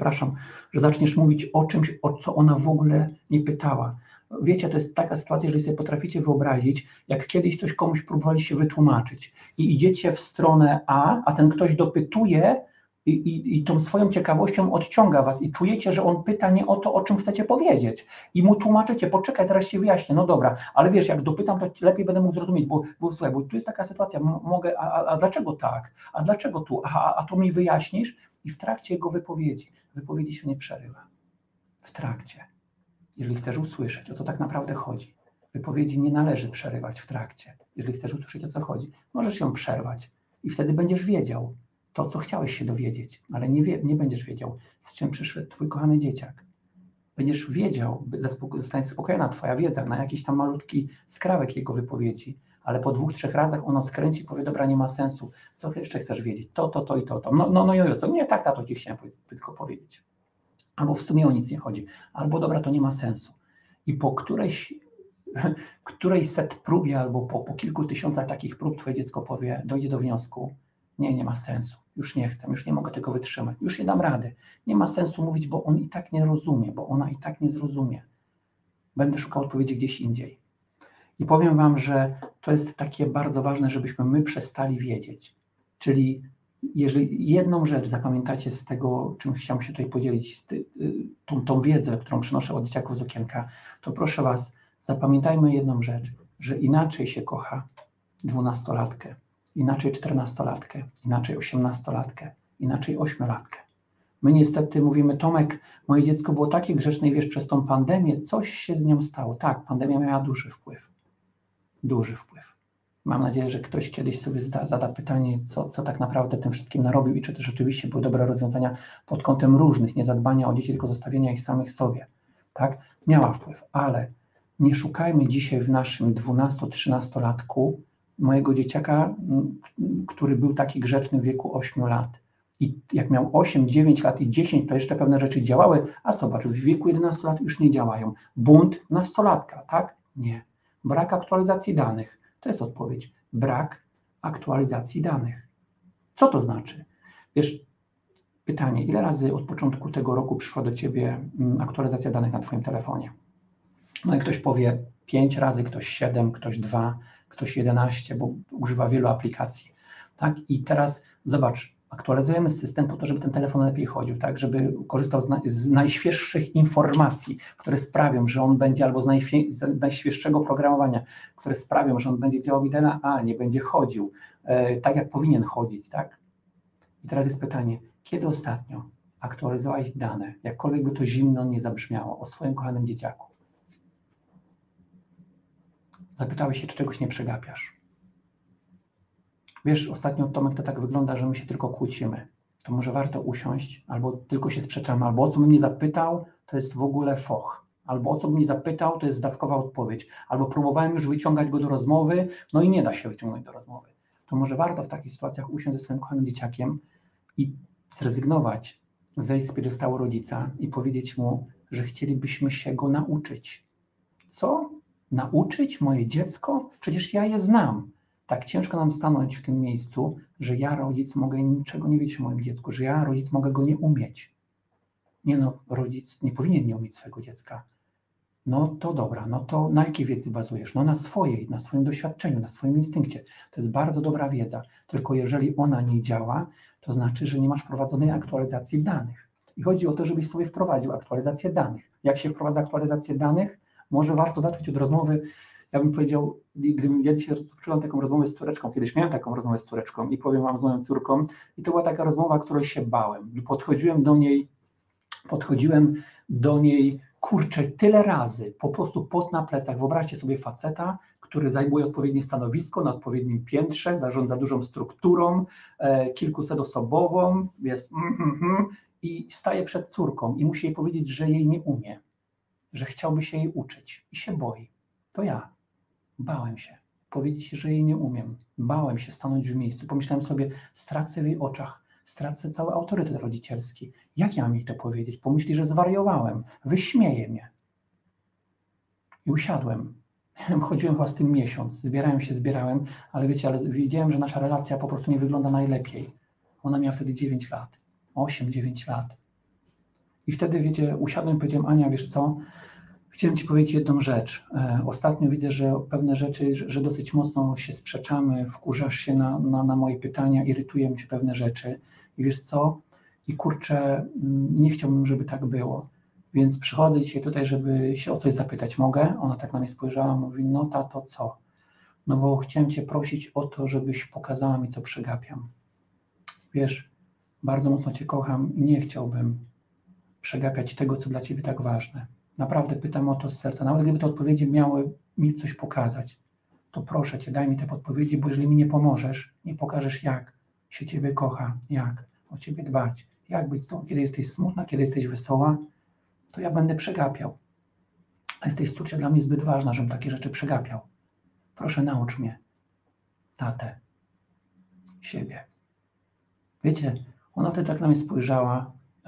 mówić o czymś, o co ona w ogóle nie pytała. Wiecie, to jest taka sytuacja, jeżeli sobie potraficie wyobrazić, jak kiedyś coś komuś próbowaliście wytłumaczyć i idziecie w stronę A ten ktoś dopytuje, i tą swoją ciekawością odciąga was i czujecie, że on pyta nie o to, o czym chcecie powiedzieć i mu tłumaczycie, poczekaj, zaraz się wyjaśnię, no dobra, ale wiesz, jak dopytam, to lepiej będę mógł zrozumieć, bo słuchaj, bo tu jest taka sytuacja, mogę, a dlaczego tak, a dlaczego tu, a to mi wyjaśnisz i w trakcie jego wypowiedzi się nie przerywa, w trakcie, jeżeli chcesz usłyszeć, o co tak naprawdę chodzi, wypowiedzi nie należy przerywać w trakcie, jeżeli chcesz usłyszeć, o co chodzi, możesz ją przerwać i wtedy będziesz wiedział, to, co chciałeś się dowiedzieć, ale nie będziesz wiedział, z czym przyszedł twój kochany dzieciak. Będziesz wiedział, zostanie spokojna twoja wiedza na jakiś tam malutki skrawek jego wypowiedzi, ale po 2-3 razach ono skręci i powie, dobra, nie ma sensu, co jeszcze chcesz wiedzieć, to i to. No i co, nie, tak, tato ci chciałem tylko powiedzieć. Albo w sumie o nic nie chodzi, albo dobra, to nie ma sensu. I po którejś set próbie, albo po kilku tysiącach takich prób twoje dziecko dojdzie do wniosku, nie ma sensu, już nie chcę, już nie mogę tego wytrzymać, już nie dam rady. Nie ma sensu mówić, bo on i tak nie rozumie, bo ona i tak nie zrozumie. Będę szukał odpowiedzi gdzieś indziej. I powiem wam, że to jest takie bardzo ważne, żebyśmy my przestali wiedzieć. Czyli jeżeli jedną rzecz zapamiętacie z tego, czym chciałem się tutaj podzielić, tą wiedzę, którą przynoszę od dzieciaków z okienka, to proszę was, zapamiętajmy jedną rzecz, że inaczej się kocha 12-latkę, inaczej 14-latkę, inaczej 18-latkę, inaczej 8-latkę. My niestety mówimy, Tomek, moje dziecko było takie grzeczne i wiesz, przez tą pandemię coś się z nią stało. Tak, pandemia miała duży wpływ. Duży wpływ. Mam nadzieję, że ktoś kiedyś sobie zada pytanie, co tak naprawdę tym wszystkim narobił i czy to rzeczywiście były dobre rozwiązania pod kątem różnych, nie zadbania o dzieci, tylko zostawienia ich samych sobie. Tak? Miała wpływ, ale nie szukajmy dzisiaj w naszym 12-13-latku mojego dzieciaka, który był taki grzeczny w wieku 8 lat. I jak miał 8, 9 lat i 10, to jeszcze pewne rzeczy działały, a zobacz, w wieku 11 lat już nie działają. Bunt nastolatka, tak? Nie. Brak aktualizacji danych. To jest odpowiedź. Brak aktualizacji danych. Co to znaczy? Wiesz, pytanie, ile razy od początku tego roku przyszła do Ciebie aktualizacja danych na Twoim telefonie? No i ktoś powie 5 razy, ktoś 7, ktoś 2, ktoś 11, bo używa wielu aplikacji. Tak? I teraz zobacz, aktualizujemy system po to, żeby ten telefon lepiej chodził, tak? Żeby korzystał z najświeższych informacji, które sprawią, że on będzie, albo z najświeższego programowania, które sprawią, że on będzie działał idealnie, będzie chodził tak, jak powinien chodzić. Tak? I teraz jest pytanie, kiedy ostatnio aktualizowałeś dane, jakkolwiek by to zimno nie zabrzmiało, o swoim kochanym dzieciaku? Zapytałeś się, czy czegoś nie przegapiasz. Wiesz, ostatnio, Tomek, to tak wygląda, że my się tylko kłócimy. To może warto usiąść, albo tylko się sprzeczamy, albo o co bym nie zapytał, to jest w ogóle foch. Albo o co bym nie zapytał, to jest zdawkowa odpowiedź. Albo próbowałem już wyciągać go do rozmowy, no i nie da się wyciągnąć do rozmowy. To może warto w takich sytuacjach usiąść ze swoim kochanym dzieciakiem i zrezygnować, zejść z piedestału rodzica i powiedzieć mu, że chcielibyśmy się go nauczyć. Co? Nauczyć moje dziecko? Przecież ja je znam. Tak ciężko nam stanąć w tym miejscu, że ja, rodzic, mogę niczego nie wiedzieć o moim dziecku, że ja, rodzic, mogę go nie umieć. Nie no, rodzic nie powinien nie umieć swojego dziecka. No to dobra, no to na jakiej wiedzy bazujesz? No na swojej, na swoim doświadczeniu, na swoim instynkcie. To jest bardzo dobra wiedza, tylko jeżeli ona nie działa, to znaczy, że nie masz wprowadzonej aktualizacji danych. I chodzi o to, żebyś sobie wprowadził aktualizację danych. Jak się wprowadza aktualizację danych? Może warto zacząć od rozmowy. Ja bym powiedział, gdybym ja dzisiaj rozpoczęłam taką rozmowę z córeczką, kiedyś miałem taką rozmowę z córeczką i powiem wam z moją córką, i to była taka rozmowa, której się bałem. Podchodziłem do niej, kurczę, tyle razy, po prostu pot na plecach. Wyobraźcie sobie faceta, który zajmuje odpowiednie stanowisko na odpowiednim piętrze, zarządza dużą strukturą, kilkusetosobową, jest i staje przed córką i musi jej powiedzieć, że jej nie umie, że chciałby się jej uczyć i się boi. To ja. Bałem się powiedzieć, że jej nie umiem. Bałem się stanąć w miejscu. Pomyślałem sobie, stracę w jej oczach, stracę cały autorytet rodzicielski. Jak ja mam jej to powiedzieć? Pomyśli, że zwariowałem, wyśmieje mnie. I usiadłem. Chodziłem chyba z tym miesiąc, zbierałem, ale wiecie, ale widziałem, że nasza relacja po prostu nie wygląda najlepiej. Ona miała wtedy 9 lat, 8-9 lat. I wtedy, wiecie, usiadłem i powiedziałem, Ania, wiesz co, chciałem Ci powiedzieć jedną rzecz. Ostatnio widzę, że pewne rzeczy, że dosyć mocno się sprzeczamy, wkurzasz się na moje pytania, irytują Cię pewne rzeczy. I wiesz co? I kurczę, nie chciałbym, żeby tak było. Więc przychodzę dzisiaj tutaj, żeby się o coś zapytać. Mogę? Ona tak na mnie spojrzała, mówi, no tato, co? No bo chciałem Cię prosić o to, żebyś pokazała mi, co przegapiam. Wiesz, bardzo mocno Cię kocham i nie chciałbym przegapiać tego, co dla Ciebie tak ważne. Naprawdę pytam o to z serca. Nawet gdyby te odpowiedzi miały mi coś pokazać, to proszę Cię, daj mi te podpowiedzi, bo jeżeli mi nie pomożesz, nie pokażesz, jak się Ciebie kocha, jak o Ciebie dbać, jak być z Tobą, kiedy jesteś smutna, kiedy jesteś wesoła, to ja będę przegapiał. A jesteś, córcia, dla mnie zbyt ważna, żebym takie rzeczy przegapiał. Proszę, naucz mnie, tatę, siebie. Wiecie, ona wtedy tak na mnie spojrzała,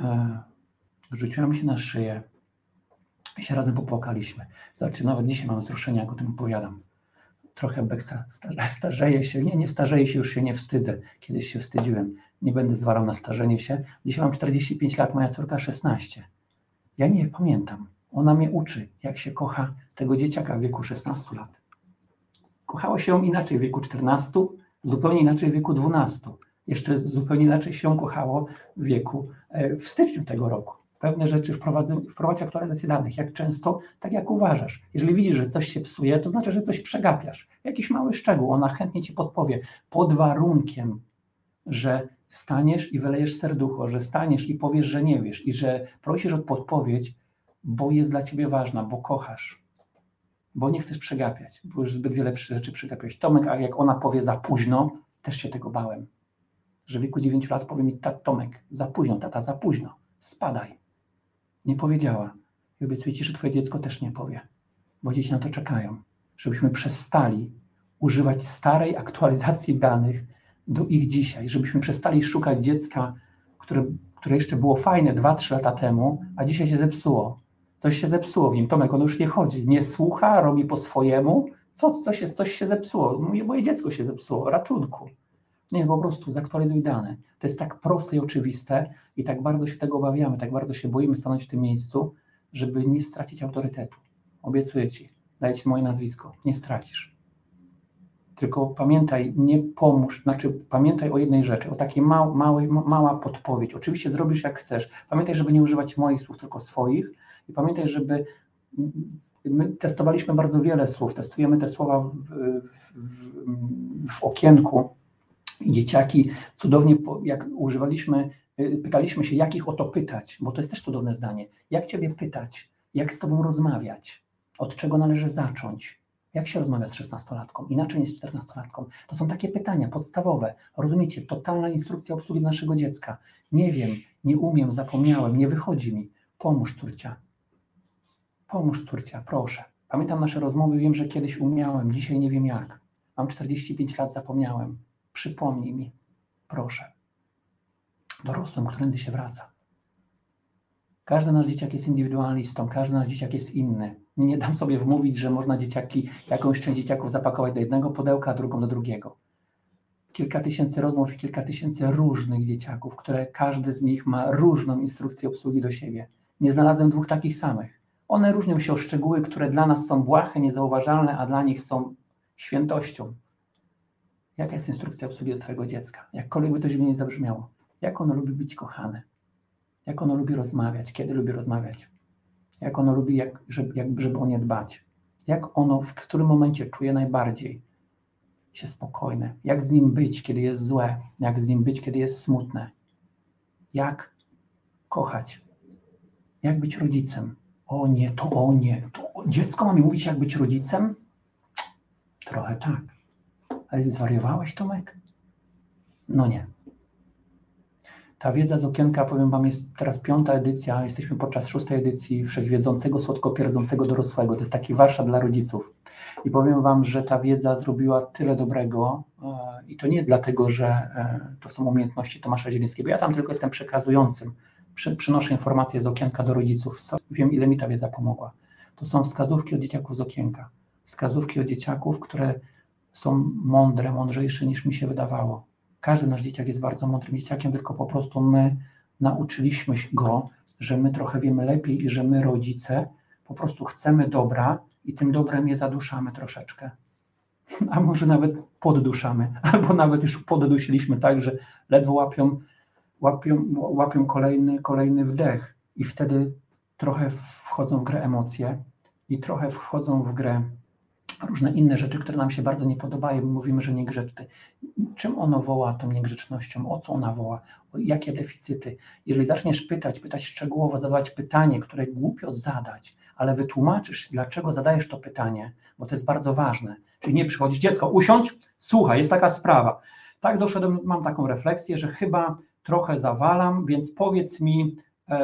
rzuciła mi się na szyję i się razem popłakaliśmy. Znaczy, nawet dzisiaj mam wzruszenia, jak o tym opowiadam. Trochę starzeję się, nie starzeję się, już się nie wstydzę. Kiedyś się wstydziłem, nie będę zwalał na starzenie się. Dzisiaj mam 45 lat, moja córka 16. Ja nie pamiętam. Ona mnie uczy, jak się kocha tego dzieciaka w wieku 16 lat. Kochało się ją inaczej w wieku 14, zupełnie inaczej w wieku 12. Jeszcze zupełnie inaczej się ją kochało w styczniu tego roku. Pewne rzeczy wprowadź aktualizację danych. Jak często, tak jak uważasz. Jeżeli widzisz, że coś się psuje, to znaczy, że coś przegapiasz. Jakiś mały szczegół, ona chętnie Ci podpowie. Pod warunkiem, że staniesz i wylejesz serducho, że staniesz i powiesz, że nie wiesz i że prosisz o podpowiedź, bo jest dla Ciebie ważna, bo kochasz, bo nie chcesz przegapiać, bo już zbyt wiele rzeczy przegapiłeś. Tomek, a jak ona powie za późno, też się tego bałem. Że w wieku 9 lat powie mi, Tomek, za późno, tata, za późno, spadaj. Nie powiedziała. I obiecuję Ci, że Twoje dziecko też nie powie, bo dzieci na to czekają, żebyśmy przestali używać starej aktualizacji danych do ich dzisiaj, żebyśmy przestali szukać dziecka, które jeszcze było fajne 2-3 lata temu, a dzisiaj się zepsuło. Coś się zepsuło w nim. Tomek, on już nie chodzi, nie słucha, robi po swojemu. Coś się zepsuło. Moje dziecko się zepsuło. Ratunku. Nie, po prostu zaktualizuj dane. To jest tak proste i oczywiste i tak bardzo się tego obawiamy, tak bardzo się boimy stanąć w tym miejscu, żeby nie stracić autorytetu. Obiecuję Ci, daję Ci moje nazwisko, nie stracisz. Tylko pamiętaj, nie pomóż, pamiętaj o jednej rzeczy, o takiej mała podpowiedź. Oczywiście zrobisz jak chcesz. Pamiętaj, żeby nie używać moich słów, tylko swoich i pamiętaj, my testowaliśmy bardzo wiele słów, testujemy te słowa w okienku i dzieciaki cudownie, jak używaliśmy, pytaliśmy się, jak ich o to pytać, bo to jest też cudowne zdanie. Jak Ciebie pytać? Jak z Tobą rozmawiać? Od czego należy zacząć? Jak się rozmawia z 16-latką? Inaczej niż z 14-latką? To są takie pytania podstawowe. Rozumiecie? Totalna instrukcja obsługi naszego dziecka. Nie wiem, nie umiem, zapomniałem, nie wychodzi mi. Pomóż, córcia. Pomóż, córcia, proszę. Pamiętam nasze rozmowy, wiem, że kiedyś umiałem, dzisiaj nie wiem jak. Mam 45 lat, zapomniałem. Przypomnij mi, proszę. Dorosłym, którędy się wraca. Każdy nasz dzieciak jest indywidualistą, każdy nasz dzieciak jest inny. Nie dam sobie wmówić, że można jakąś część dzieciaków zapakować do jednego pudełka, a drugą do drugiego. Kilka tysięcy rozmów i kilka tysięcy różnych dzieciaków, które każdy z nich ma różną instrukcję obsługi do siebie. Nie znalazłem 2 takich samych. One różnią się o szczegóły, które dla nas są błahe, niezauważalne, a dla nich są świętością. Jaka jest instrukcja obsługi do Twojego dziecka? Jakkolwiek by to źle nie zabrzmiało. Jak ono lubi być kochane? Jak ono lubi rozmawiać? Kiedy lubi rozmawiać? Jak ono lubi, żeby o nie dbać? Jak ono w którym momencie czuje najbardziej się spokojne? Jak z nim być, kiedy jest złe? Jak z nim być, kiedy jest smutne? Jak kochać? Jak być rodzicem? O nie. Dziecko ma mi mówić, jak być rodzicem? Trochę tak. Ale zwariowałeś, Tomek? No nie. Ta wiedza z okienka, powiem Wam, jest teraz 5. edycja, jesteśmy podczas 6. edycji Wszechwiedzącego, Słodko-Pierdzącego Dorosłego. To jest taki warsztat dla rodziców. I powiem Wam, że ta wiedza zrobiła tyle dobrego i to nie dlatego, że to są umiejętności Tomasza Zielińskiego. Ja tam tylko jestem przekazującym. Przynoszę informacje z okienka do rodziców. Wiem, ile mi ta wiedza pomogła. To są wskazówki od dzieciaków z okienka. Wskazówki od dzieciaków, które są mądre, mądrzejsze niż mi się wydawało. Każdy nasz dzieciak jest bardzo mądrym dzieciakiem, tylko po prostu my nauczyliśmy go, że my trochę wiemy lepiej i że my, rodzice, po prostu chcemy dobra i tym dobrem je zaduszamy troszeczkę. A może nawet podduszamy, albo nawet już poddusiliśmy tak, że ledwo łapią kolejny wdech i wtedy trochę wchodzą w grę emocje i trochę wchodzą w grę różne inne rzeczy, które nam się bardzo nie podobają. Mówimy, że niegrzeczny. Czym ono woła tą niegrzecznością? O co ona woła? O jakie deficyty? Jeżeli zaczniesz pytać szczegółowo, zadawać pytanie, które głupio zadać, ale wytłumaczysz, dlaczego zadajesz to pytanie, bo to jest bardzo ważne. Czyli nie przychodzić, dziecko, usiądź, słuchaj, jest taka sprawa. Tak doszedłem, mam taką refleksję, że chyba trochę zawalam, więc powiedz mi,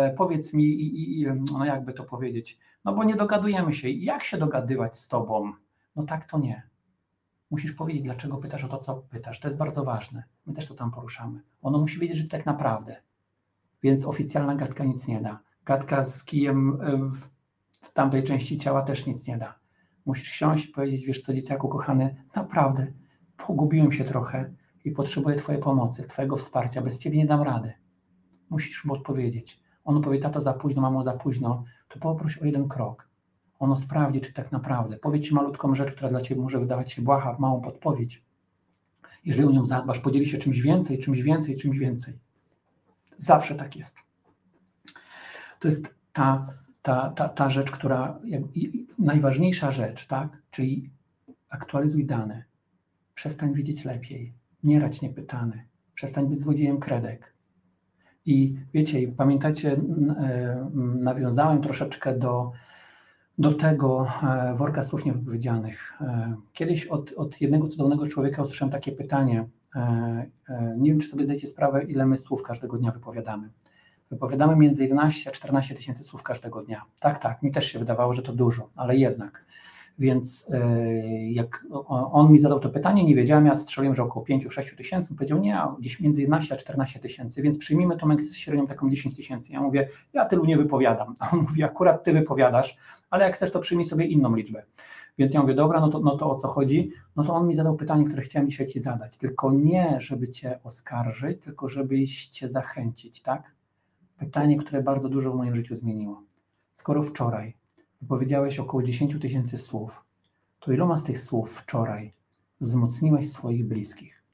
no jakby to powiedzieć, no bo nie dogadujemy się. Jak się dogadywać z tobą? No tak to nie. Musisz powiedzieć, dlaczego pytasz o to, co pytasz. To jest bardzo ważne. My też to tam poruszamy. Ono musi wiedzieć, że tak naprawdę. Więc oficjalna gadka nic nie da. Gadka z kijem w tamtej części ciała też nic nie da. Musisz siąść i powiedzieć, wiesz co, dzieciaku kochany, naprawdę pogubiłem się trochę i potrzebuję Twojej pomocy, Twojego wsparcia. Bez Ciebie nie dam rady. Musisz mu odpowiedzieć. On powie, tato za późno, mamo za późno, to poproś o jeden krok. Ono sprawdzi, czy tak naprawdę. Powie Ci malutką rzecz, która dla Ciebie może wydawać się błaha, małą podpowiedź. Jeżeli o nią zadbasz, podzieli się czymś więcej. Zawsze tak jest. To jest ta rzecz, która, najważniejsza rzecz, tak? Czyli aktualizuj dane. Przestań wiedzieć lepiej. Nie radź niepytany. Przestań być złodziejem kredek. I wiecie, pamiętacie, nawiązałem troszeczkę do tego worka słów niewypowiedzianych. Kiedyś od jednego cudownego człowieka usłyszałem takie pytanie. Nie wiem, czy sobie zdajecie sprawę, ile my słów każdego dnia wypowiadamy. Wypowiadamy między 11 a 14 tysięcy słów każdego dnia. Tak, mi też się wydawało, że to dużo, ale jednak. Więc jak on mi zadał to pytanie, nie wiedziałem, ja strzeliłem, że około 5-6 tysięcy, powiedział nie, gdzieś między 11 a 14 tysięcy, więc przyjmijmy tą średnią taką 10 tysięcy. Ja mówię, ja tylu nie wypowiadam. A on mówi, akurat ty wypowiadasz, ale jak chcesz, to przyjmij sobie inną liczbę. Więc ja mówię, dobra, no to o co chodzi? No to on mi zadał pytanie, które chciałem dzisiaj ci zadać, tylko nie, żeby cię oskarżyć, tylko żeby cię zachęcić, tak? Pytanie, które bardzo dużo w moim życiu zmieniło. Skoro wczoraj wypowiedziałeś około 10 tysięcy słów, to iloma z tych słów wczoraj wzmocniłeś swoich bliskich?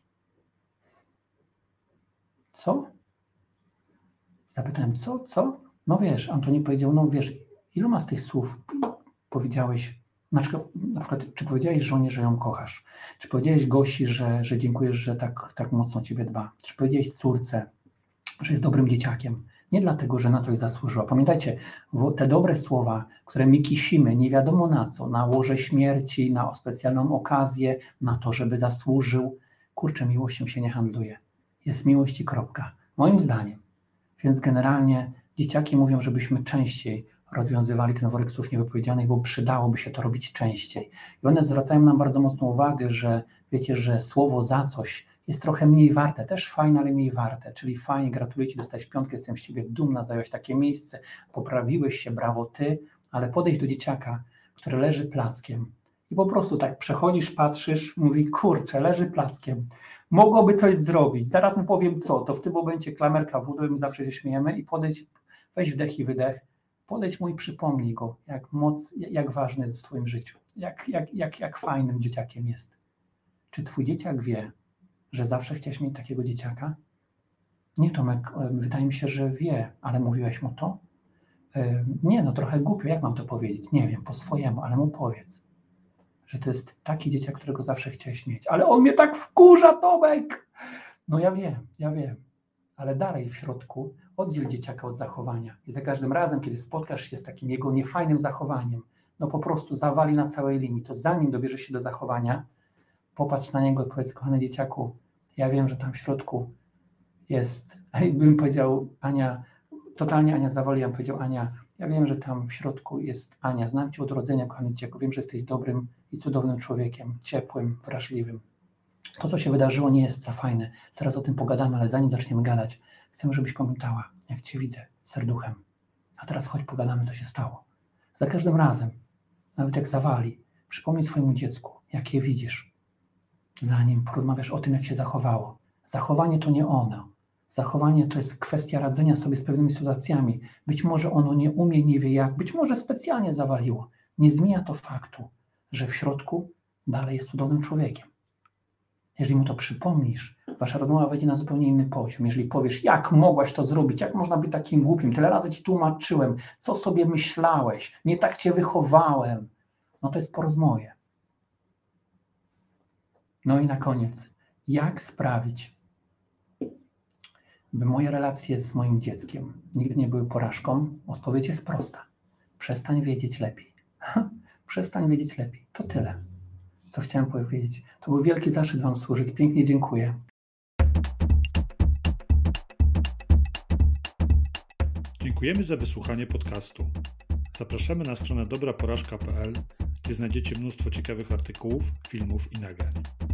Co? Zapytałem, co? No wiesz, Antoni powiedział, no wiesz, iloma z tych słów powiedziałeś, na przykład, czy powiedziałeś żonie, że ją kochasz? Czy powiedziałeś Gosi, że dziękujesz, że tak mocno o ciebie dba? Czy powiedziałeś córce, że jest dobrym dzieciakiem? Nie dlatego, że na coś zasłużyła. Pamiętajcie, te dobre słowa, które my kisimy, nie wiadomo na co, na łoże śmierci, na specjalną okazję, na to, żeby zasłużył. Kurczę, miłością się nie handluje. Jest miłość i kropka. Moim zdaniem. Więc generalnie dzieciaki mówią, żebyśmy częściej rozwiązywali ten worek słów niewypowiedzianych, bo przydałoby się to robić częściej. I one zwracają nam bardzo mocną uwagę, że wiecie, że słowo za coś jest trochę mniej warte, też fajne, ale mniej warte, czyli fajnie, gratuluję ci, dostałeś 5, jestem z ciebie dumna, zająłeś takie miejsce, poprawiłeś się, brawo ty, ale podejść do dzieciaka, który leży plackiem i po prostu tak przechodzisz, patrzysz, mówi, kurczę, leży plackiem, mogłoby coś zrobić, zaraz mu powiem co, to w tym momencie klamerka wódę, my zawsze się śmiejemy i podejdź, weź wdech i wydech, podejdź mu i przypomnij go, jak ważny jest w twoim życiu, jak fajnym dzieciakiem jest. Czy twój dzieciak wie, że zawsze chciałeś mieć takiego dzieciaka? Nie, Tomek, wydaje mi się, że wie, ale mówiłeś mu to? Nie, no trochę głupio, jak mam to powiedzieć? Nie wiem, po swojemu, ale mu powiedz, że to jest taki dzieciak, którego zawsze chciałeś mieć. Ale on mnie tak wkurza, Tomek! No ja wiem, ale dalej w środku oddziel dzieciaka od zachowania. I za każdym razem, kiedy spotkasz się z takim jego niefajnym zachowaniem, no po prostu zawali na całej linii, to zanim dobierzesz się do zachowania, popatrz na niego i powiedz, kochany dzieciaku, ja wiem, że tam w środku jest, bym powiedział, Ania, totalnie Ania zawali, ja bym powiedział, Ania, ja wiem, że tam w środku jest Ania, znam cię od urodzenia, kochany dzieciaku, wiem, że jesteś dobrym i cudownym człowiekiem, ciepłym, wrażliwym. To, co się wydarzyło, nie jest za fajne, zaraz o tym pogadamy, ale zanim zaczniemy gadać, chcę, żebyś pamiętała, jak cię widzę, serduchem. A teraz chodź, pogadamy, co się stało. Za każdym razem, nawet jak zawali, przypomnij swojemu dziecku, jak je widzisz, zanim porozmawiasz o tym, jak się zachowało. Zachowanie to nie ono. Zachowanie to jest kwestia radzenia sobie z pewnymi sytuacjami. Być może ono nie umie, nie wie jak, być może specjalnie zawaliło. Nie zmienia to faktu, że w środku dalej jest cudownym człowiekiem. Jeżeli mu to przypomnisz, wasza rozmowa wejdzie na zupełnie inny poziom. Jeżeli powiesz, jak mogłaś to zrobić, jak można być takim głupim, tyle razy ci tłumaczyłem, co sobie myślałeś, nie tak cię wychowałem, no to jest po rozmowie. No i na koniec, jak sprawić, by moje relacje z moim dzieckiem nigdy nie były porażką? Odpowiedź jest prosta. Przestań wiedzieć lepiej. Przestań wiedzieć lepiej. To tyle, co chciałem powiedzieć. To był wielki zaszczyt wam służyć. Pięknie dziękuję. Dziękujemy za wysłuchanie podcastu. Zapraszamy na stronę dobraporażka.pl, gdzie znajdziecie mnóstwo ciekawych artykułów, filmów i nagrań.